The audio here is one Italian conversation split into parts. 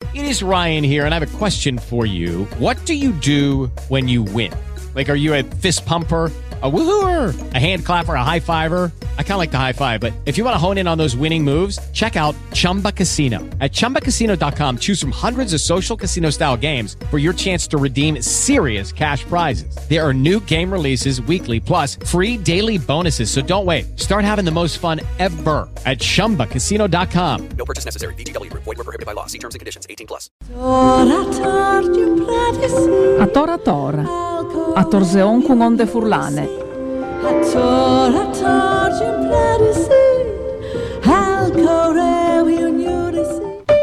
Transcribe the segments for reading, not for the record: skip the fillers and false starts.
It is Ryan here, and I have a question for you. What do you do when you win? Like, are you a fist pumper, a woohooer, a hand clapper, a high fiver? I kind of like the high five, but if you want to hone in on those winning moves, check out Chumba Casino. At ChumbaCasino.com, choose from hundreds of social casino style games for your chance to redeem serious cash prizes. There are new game releases weekly, plus free daily bonuses. So don't wait. Start having the most fun ever at ChumbaCasino.com. No purchase necessary. VGW Group. Void where prohibited by law. See terms and conditions. 18+. A Tora Tora, a Torseon con onde furlane. A tora in Pradisi, al correo ignorisi.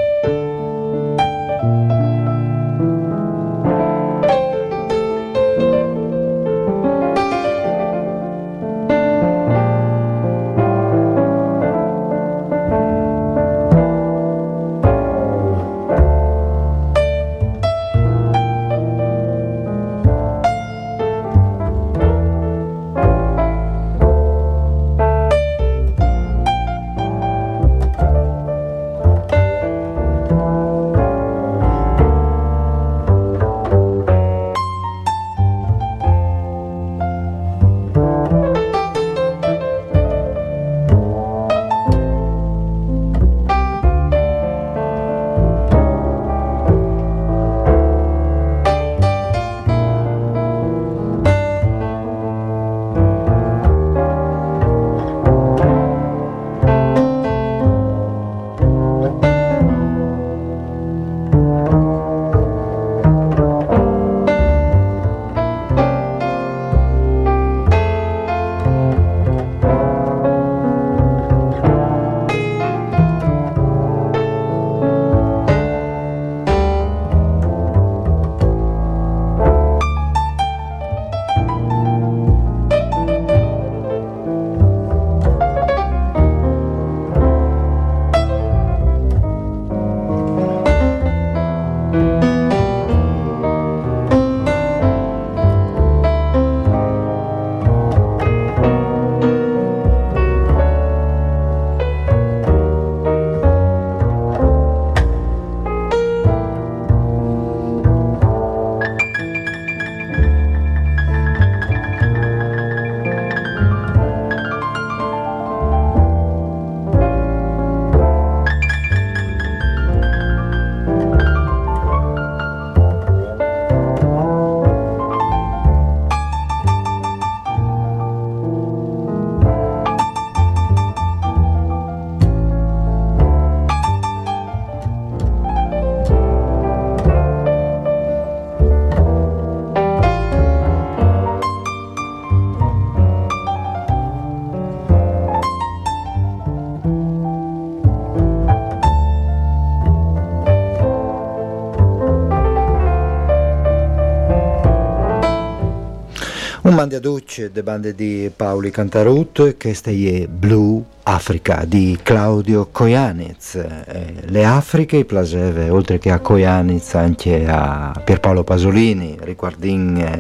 Mandi a Duce, de bande di Paoli Cantarut, che è Blue Africa di Claudio Kojanec. Le Afriche piaceva, oltre che a Kojanec, anche a Pierpaolo Pasolini, riguardin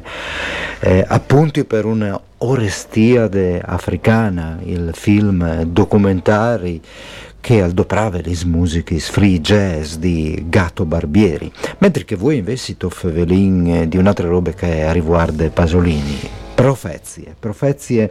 appunti per una Orestiade africana, il film documentari che adoprava le musiche free jazz di Gatto Barbieri, mentre che voi invece velin di un'altra roba che riguarda Pasolini. Profezie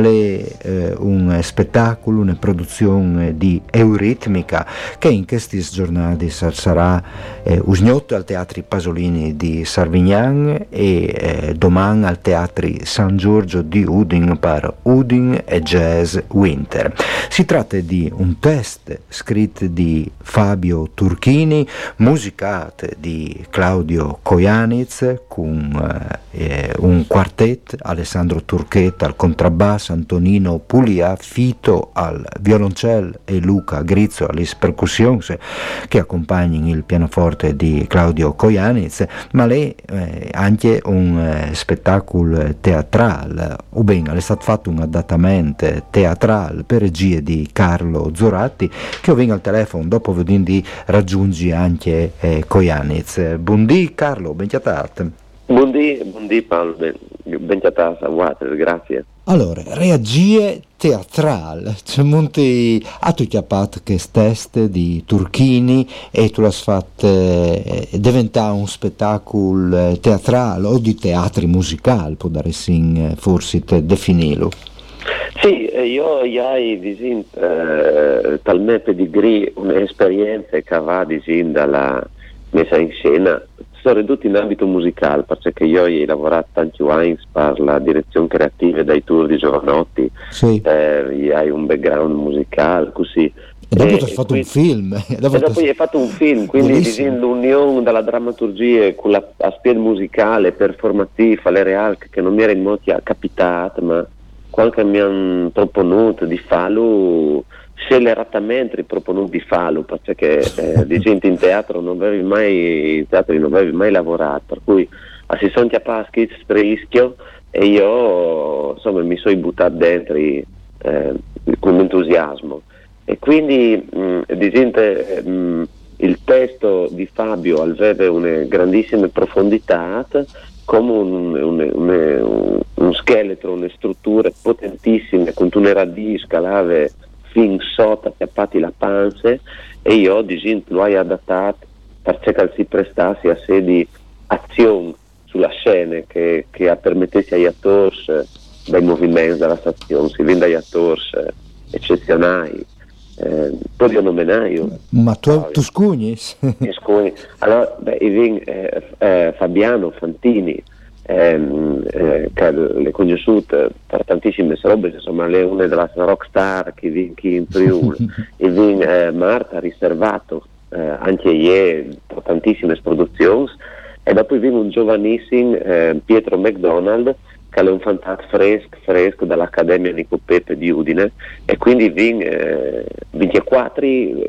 alle un spettacolo, una produzione di euritmica che in questi giornate sarà usgnotto al Teatri Pasolini di Sarvignan e domani al Teatri San Giorgio di Udin per Udin e Jazz Winter. Si tratta di un test scritto di Fabio Turchini, musicato di Claudio Kojanec con un quartetto, Alessandro Turchetta al contrabbasso, Antonino Puglia Fito al violoncello e Luca Grizzo alle percussioni che accompagnano il pianoforte di Claudio Kojanec, ma lei anche un spettacolo teatrale, o bene è stato fatto un adattamento teatrale per regie di Carlo Zoratti, che vengo al telefono dopo vedendo di raggiungi anche Kojanec. Buondì Carlo, ben chiatato. Buondì Paolo, ben a Water, grazie. Allora, reagie teatrale, c'è molti a tu chiappat che teste di Turchini e tu l'hai fatto diventare un spettacolo teatrale o di teatri musicali, può dare forse te definirlo. Sì, io ho talmente pedigree un'esperienza che va dalla messa in scena, sono ridotto in ambito musicale perché io ho lavorato tanti anni per la direzione creativa dai tour di Giovanotti, sì. Hai un background musicale così. E dopo hai fatto un film. E dopo hai fatto un film, quindi l'unione della drammaturgia con l'aspetto musicale, performativa, le real che non mi era in modo capitato, ma quando mi hanno proponuto di farlo, sceleratamente proponuto di farlo, perché di gente in teatro non avevi mai lavorato, per cui si sono chiappati rischio e io insomma mi sono buttato dentro con entusiasmo. E quindi il testo di Fabio aveva una grandissima profondità, come un scheletro, una struttura potentissima, con una radice che aveva fin sotto chiappati la pancia, e io lo ho adattato perché si prestasse a sé di azione sulla scena che permettesse agli attori dai movimenti della stazione, si vende agli attori eccezionali. Poi io nominaio. Ma tu scugni? Allora, Fabiano Fantini, che l'è conosciuto per tantissime robe, insomma, lei è una delle rockstar che viene in Friuli, e Marta riservato anche ieri per tantissime produzioni, e dopo viene un giovanissimo Pietro McDonald, che è un fantastico fresco dall'Accademia Nico Pepe di Udine, e quindi 24,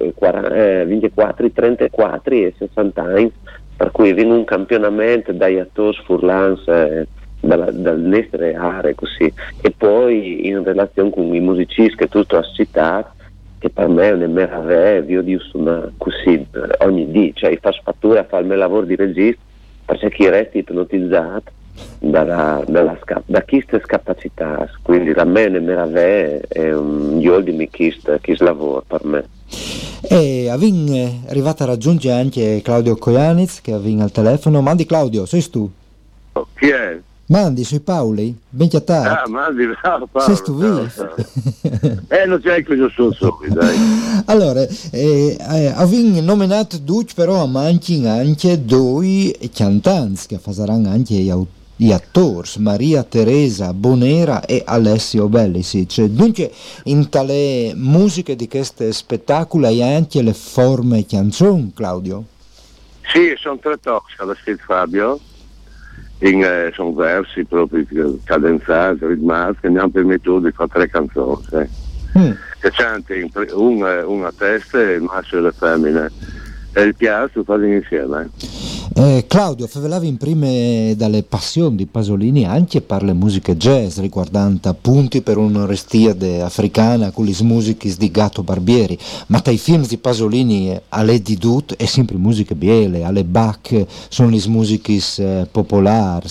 34 e 60 anni, per cui viene un campionamento dagli attori furlans dall'estere aree così, e poi in relazione con i musicisti che tutto ha citato, che per me è una meraviglia, io dico così ogni dì, cioè fa fattura a fare il mio lavoro di regista, perché chi resta ipnotizzato da queste capacità, quindi la me ne meraviglia è un ultimi chi lavora per me. E avin arrivato a raggiungere anche Claudio Kojanec, che avin al telefono. Mandi Claudio, sei tu? Oh, chi è? Mandi, sui Paoli, ben chiattato. Mandi, no, Paolo. Sei tu vivo? Non c'è che io sono dai. Allora, avin nominato due, però mancano anche due cantanti che faranno anche gli attori, Maria Teresa Bonera e Alessio Bellisic. Dunque, in tale musiche di questo spettacolo hai anche le forme canzoni, Claudio? Sì, sono 3 tox alla scritto Fabio, sono versi proprio cadenzati, ritmati, che mi hanno permesso di fare 3 canzoni. Che c'è una a testa e il maschio e le femmine, e il piano fanno insieme. Claudio, favelavi in prime dalle passioni di Pasolini anche per le musiche jazz, riguardanti appunti per un'orestiade africana con le musiche di Gatto Barbieri, ma tra i film di Pasolini alle di Dut è sempre musiche biele, alle Bach sono le musiche popolari,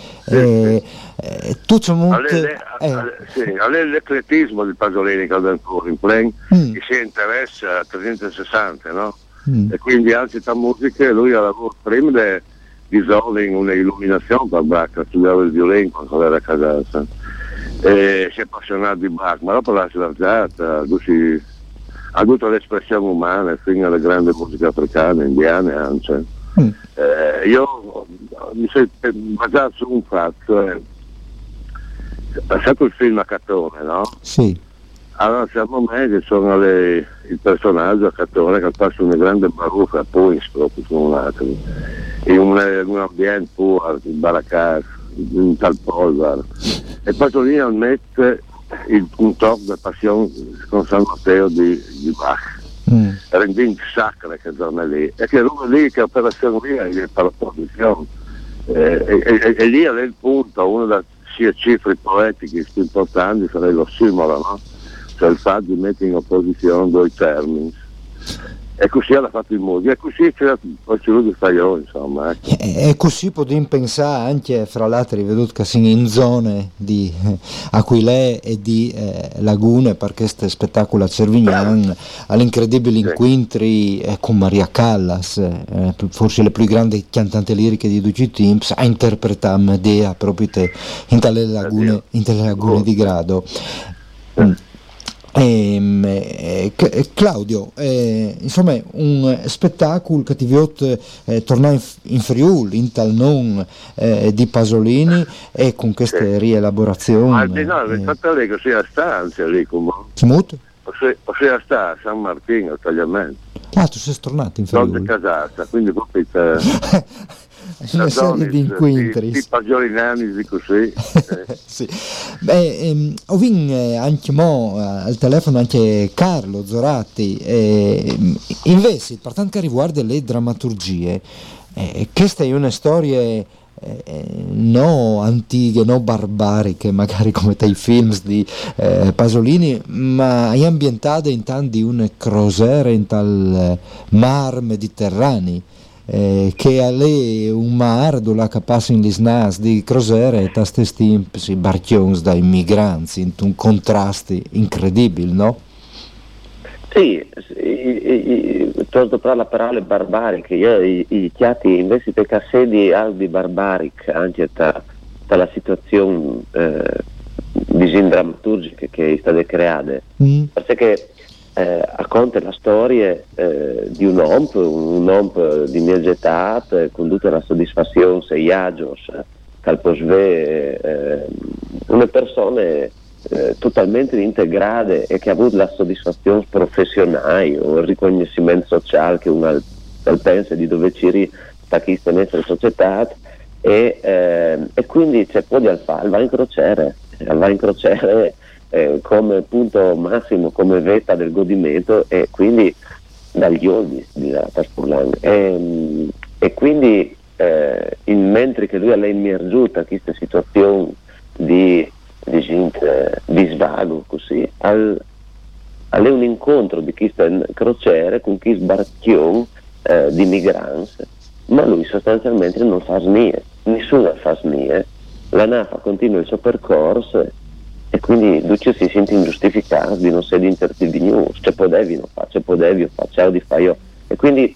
tutto molto... All'ecletismo di Pasolini che ha ancora in plen, che si interessa a 360, no? E quindi anche la musica lui ha lavorato prima di risolvere un'illuminazione per Bach, studiava il violino quando era a casa, si è appassionato di Bach, ma dopo l'ha slargata, ha avuto l'espressione umana fino alle grandi musiche africane, indiane anche. Io mi sono basato su un fatto, è stato il film a Catone, no? Sì. Allora siamo me che sono il personaggio a Catone che passa una grande baruffa a Pons proprio con un altro, in un ambiente puro, in baraccato, in tal polvere, e Pasolini mette un tocco di passione con San Matteo di Bach, rendin sacra che torna lì, e che uno lì che operazione lì è per la produzione, e lì è il punto, una delle cifre poetiche più importanti sarebbe lo simolo, no? Cioè il fatto di mettere in opposizione 2 termini, e così ha fatto il musica, e così c'è lui che sta io, insomma. E così potremmo pensare anche, fra l'altro, veduto che siamo in zone di Aquilè e di Lagune, per questo spettacolo a Cervignan, all'incredibile incontri con Maria Callas, forse le più grandi cantanti liriche di tutti i tempi, a interpretare Medea proprio in tale lagune di Grado. Claudio, insomma, un spettacolo che ti vedo tornare in Friuli, in tal non di Pasolini, e con queste rielaborazioni. No, è stata lì così a stanza lì comunque. Smut? O sia sta a San Martino, tagliamento. Ah, tu sei tornato in Friuli? Non casata, quindi proprio una serie di incontri di pagliolinani di così. Sì. Beh, ho visto anche al telefono anche Carlo Zoratti, invece per tanto che riguarda le drammaturgie, questa è una storia no antiche, no barbariche, magari come dai film di Pasolini, ma è ambientate in tanti un crociere in tal mar Mediterraneo, che è un mar dove passa in lisnas di crociere e taste stimpi barchions dai migranti, in un contrasto incredibile, no? Sì, torno per la parola barbariche, io i chiati invece dei cassedi albi barbaric anche dalla situazione drammaturgica che è stata creata, perché racconta la storia di un uomo di mia età con tutta la soddisfazione e iagios che al posve una persona totalmente integrate e che ha avuto la soddisfazione professionale o il riconoscimento sociale che uno pensa di dove ci sta chi sta nella società, e quindi c'è poi va in crociere come punto massimo, come vetta del godimento, e quindi dagli oldi di Taspurlan, e quindi mentre che lui ha immergiuto a questa situazione di svago così, è un incontro di chi sta in crociere con chi sbarchione di migranti, ma lui sostanzialmente non fa snie, nessuno fa snie, la NAFA continua il suo percorso, e quindi Duccio si sente ingiustificato di non essere intervenire, c'è potevi non fa, c'è potevi fa, ciao di fa io, e quindi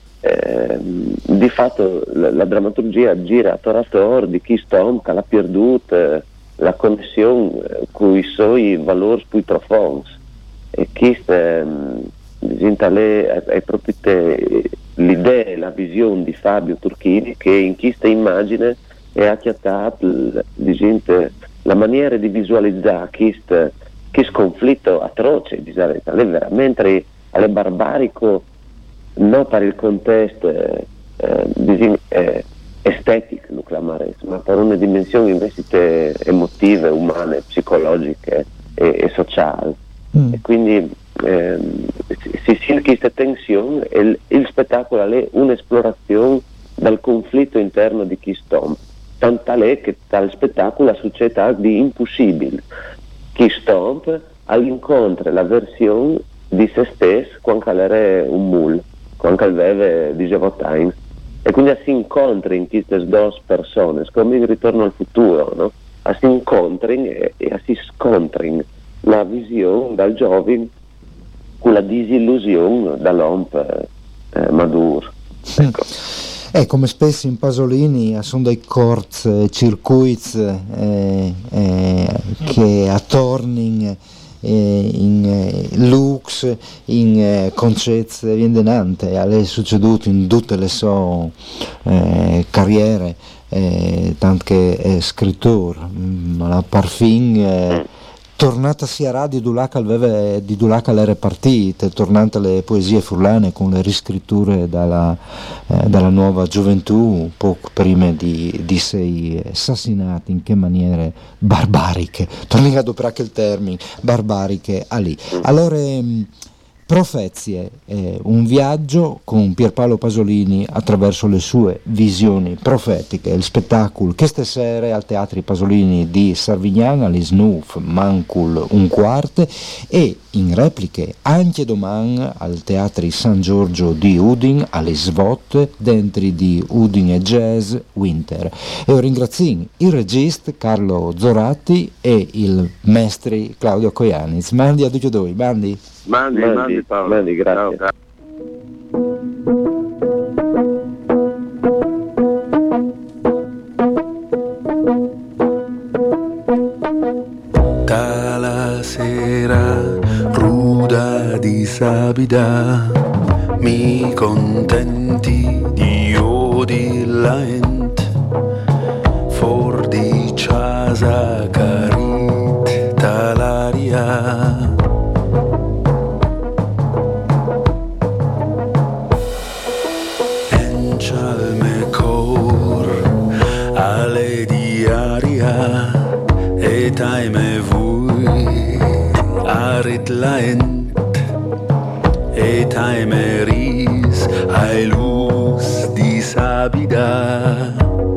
di fatto la drammaturgia gira attorno a tor di chi stomca, l'ha perduta la connessione con i suoi valori più profondi, e chi è proprio l'idea, la visione di Fabio Turchini, che in questa immagine è acchiattata la maniera di visualizzare questo conflitto atroce, è veramente è barbarico, non per il contesto estetico, ma per una dimensione invece emotive, umane, psicologiche e sociali. E quindi si sente questa tensione, e il spettacolo è un'esplorazione dal conflitto interno di chi stompa, tant'è che dal spettacolo succede di impossibile. Chi stompa all'incontro la versione di se stesso quando era un mul, quando aveva 18 anni, e quindi si incontra in queste due persone come in Ritorno al futuro, no? Si incontrano e si scontrano la visione dal giovane con la disillusione dall'uomo maduro, ecco. Come spesso in Pasolini sono dei circuiti che attornano in lux, in concetti viendenanti, è succeduto in tutte le sue carriere, tanto che è scrittore, ma parfin tornata sia radio di Dulac alle partite, tornando alle poesie furlane con le riscritture dalla nuova gioventù, poco prima di essere assassinati, in che maniere barbariche, torniamo ad operare il termine, barbariche, lì. Allora, Profezie, un viaggio con Pierpaolo Pasolini attraverso le sue visioni profetiche. Il spettacolo che stasera al Teatri Pasolini di Sarvignan alle Snuf Mancul un quarto e in repliche anche domani al Teatri San Giorgio di Udin alle Svot dentro di Udin e Jazz Winter. E io ringrazio il regista Carlo Zoratti e il maestri Claudio Kojanis. Mandi a tutti e due, mandi. Mandi Paolo. Mandi, grazie. Ciao. Dalla sera ruda di sabida mi contenti di odi laent for di casa carit talaria encialme cor ale diaria e taime vui arit laent e taime ris ai luz di sabida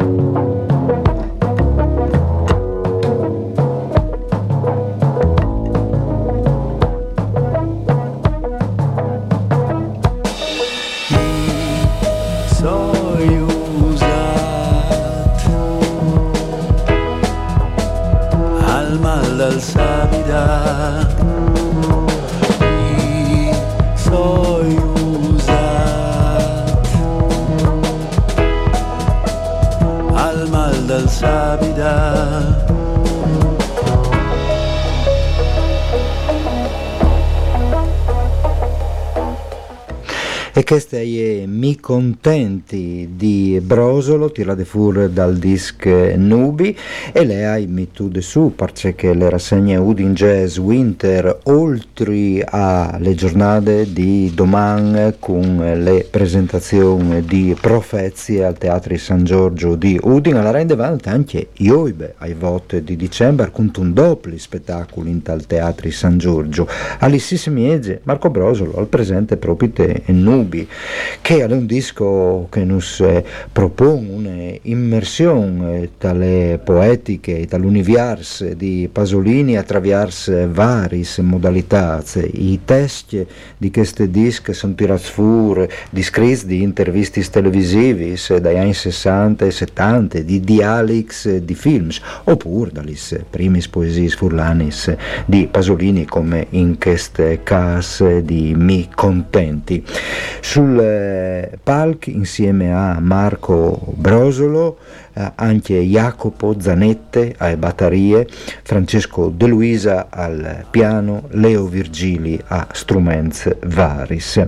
E queste è Mi contenti di Brosolo, tirate fuori dal disc Nubi, e lei hai mi tu de su, perché le rassegne Udin Jazz Winter, oltre alle giornate di domani con le presentazioni di Profezie al Teatro San Giorgio di Udin, alla rende avanti anche Ioibe ai voti di dicembre con un doppio spettacolo in tal Teatro San Giorgio. Alississimi Ege, Marco Brosolo, al presente proprio te Nubi, che è un disco che nos propone un'immersione dalle poetiche, dall'univers di Pasolini attraverso varie modalità. I testi di questi dischi sono tirati fuori di scritti di interviste televisive dagli anni 60 e 70, di dialogs di film, oppure dalle prime poesie furlanis di Pasolini, come in queste case di Mi contenti. Sul palco insieme a Marco Brosolo, anche Jacopo Zanette alle batterie, Francesco De Luisa al piano, Leo Virgili a strumenti varis.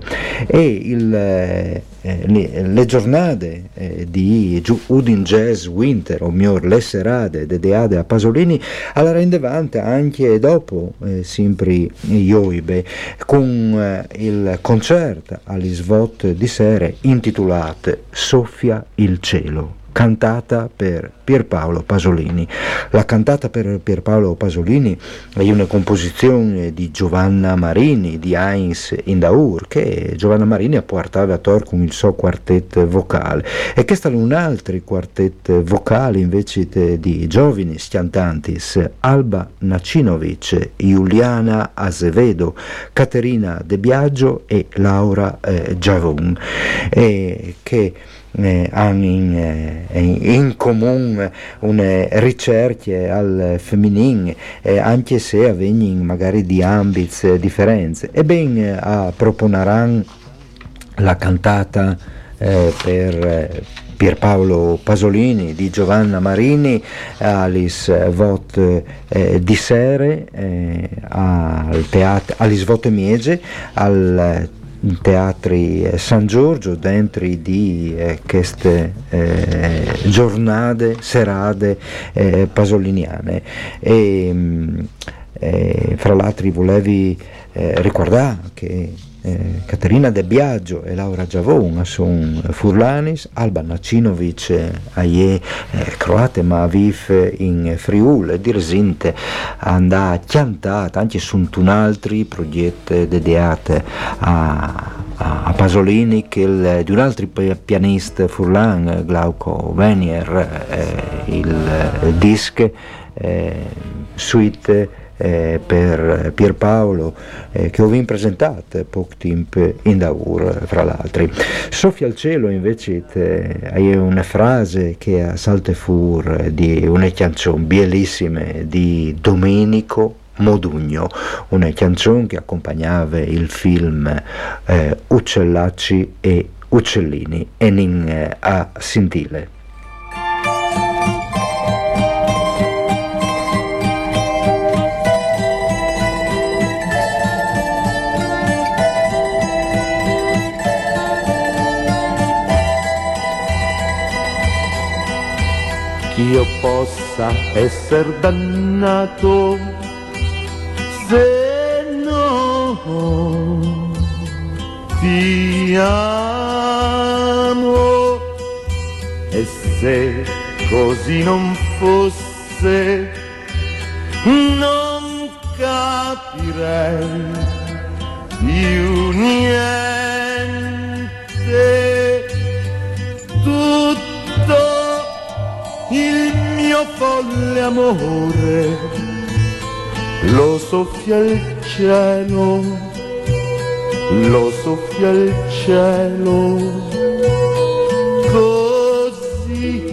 E le giornate di Udin Jazz Winter, o meglio le serate dedicate a Pasolini, alla rendevante anche dopo sempre Ioibe, con il concerto agli svot di sera intitolato Soffia il cielo, cantata per Pierpaolo Pasolini. La cantata per Pierpaolo Pasolini è una composizione di Giovanna Marini di Heinz Indaur, che Giovanna Marini ha portato a tor con il suo quartetto vocale, e che sta un altro quartetto vocale invece di giovani cantantis, Alba Nacinovic, Giuliana Azevedo, Caterina De Biagio e Laura Giavon, che hanno in comune una ricerca al femminile, anche se avvengono magari di ambiti differenze. E ben proponeranno la cantata per Pierpaolo Pasolini di Giovanna Marini all'is vot di sere al teatro, all'is vot miege al Teatri San Giorgio, dentro di queste giornate, serate pasoliniane. E fra l'altro volevi ricordare che Caterina De Biagio e Laura Giavon sono furlanis, Alba Nacinovic è croate ma vive in Friuli, di resinte andà chiantata anche su un altri progetti dedicati a Pasolini che di un altro pianista furlan Glauco Venier il disc suite per Pierpaolo che ho vinto presentato poco tempo in Daur fra l'altro. Soffia al cielo invece è una frase che a salte fur di una canzone bellissima di Domenico Modugno, una canzone che accompagnava il film Uccellacci e Uccellini e in a Sintile. Io possa essere dannato se non ti amo, e se così non fosse non capirei più niente. Tutto il mio folle amore lo soffia il cielo, lo soffia il cielo, così.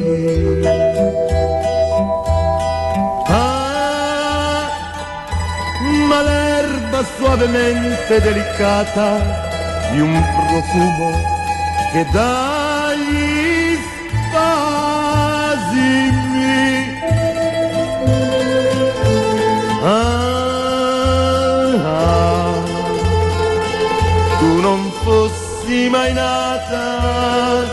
Ma l'erba suavemente delicata di un profumo che dagli spasimi. Tu non fossi mai nata,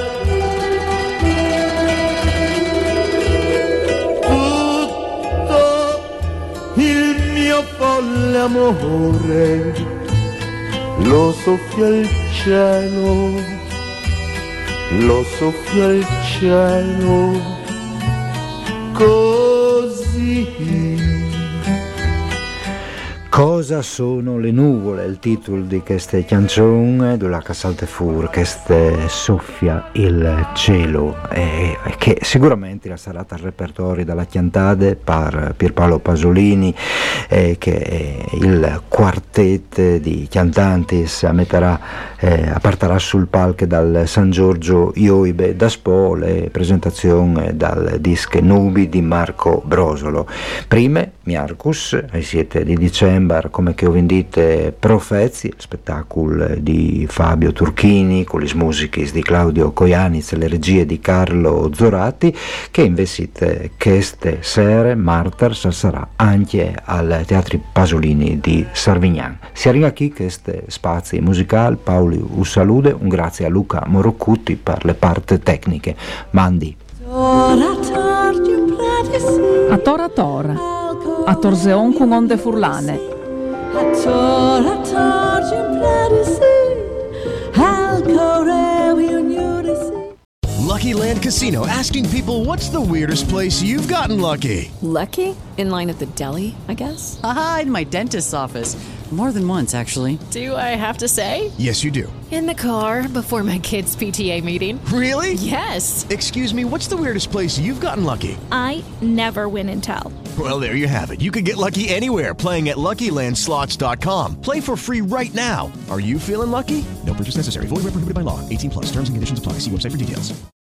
tutto il mio folle amore lo soffia il cielo, lo soffia il cielo, così. Cosa sono le nuvole? Il titolo di questa canzone della Casalte Fur, che soffia il cielo, che sicuramente sarà al repertorio dalla Chiantade per Pierpaolo Pasolini, che è il quartetto di cantanti apparterà sul palco dal San Giorgio Ioibe da Spo, le presentazioni dal disc Nubi di Marco Brosolo. Prime Miarcus ai 7 di dicembre, come che ho vendite Profezi, spettacolo di Fabio Turchini con le musiche di Claudio Kojanitz e le regie di Carlo Zorati, che invece queste sere Martar sarà anche al Teatri Pasolini di Sarvignan. Si arriva qui queste spazi musicali. Paoli un saluto, un grazie a Luca Moroccutti per le parti tecniche. Mandi. A Tora Tora, a Torseon con onde furlane. Lucky Land Casino, asking people, what's the weirdest place you've gotten lucky? Lucky? In line at the deli, I guess? Aha, in my dentist's office. More than once, actually. Do I have to say? Yes, you do. In the car before my kids' PTA meeting. Really? Yes. Excuse me, what's the weirdest place you've gotten lucky? I never win and tell. Well, there you have it. You can get lucky anywhere, playing at LuckyLandSlots.com. Play for free right now. Are you feeling lucky? No purchase necessary. Void where prohibited by law. 18+. Terms and conditions apply. See website for details.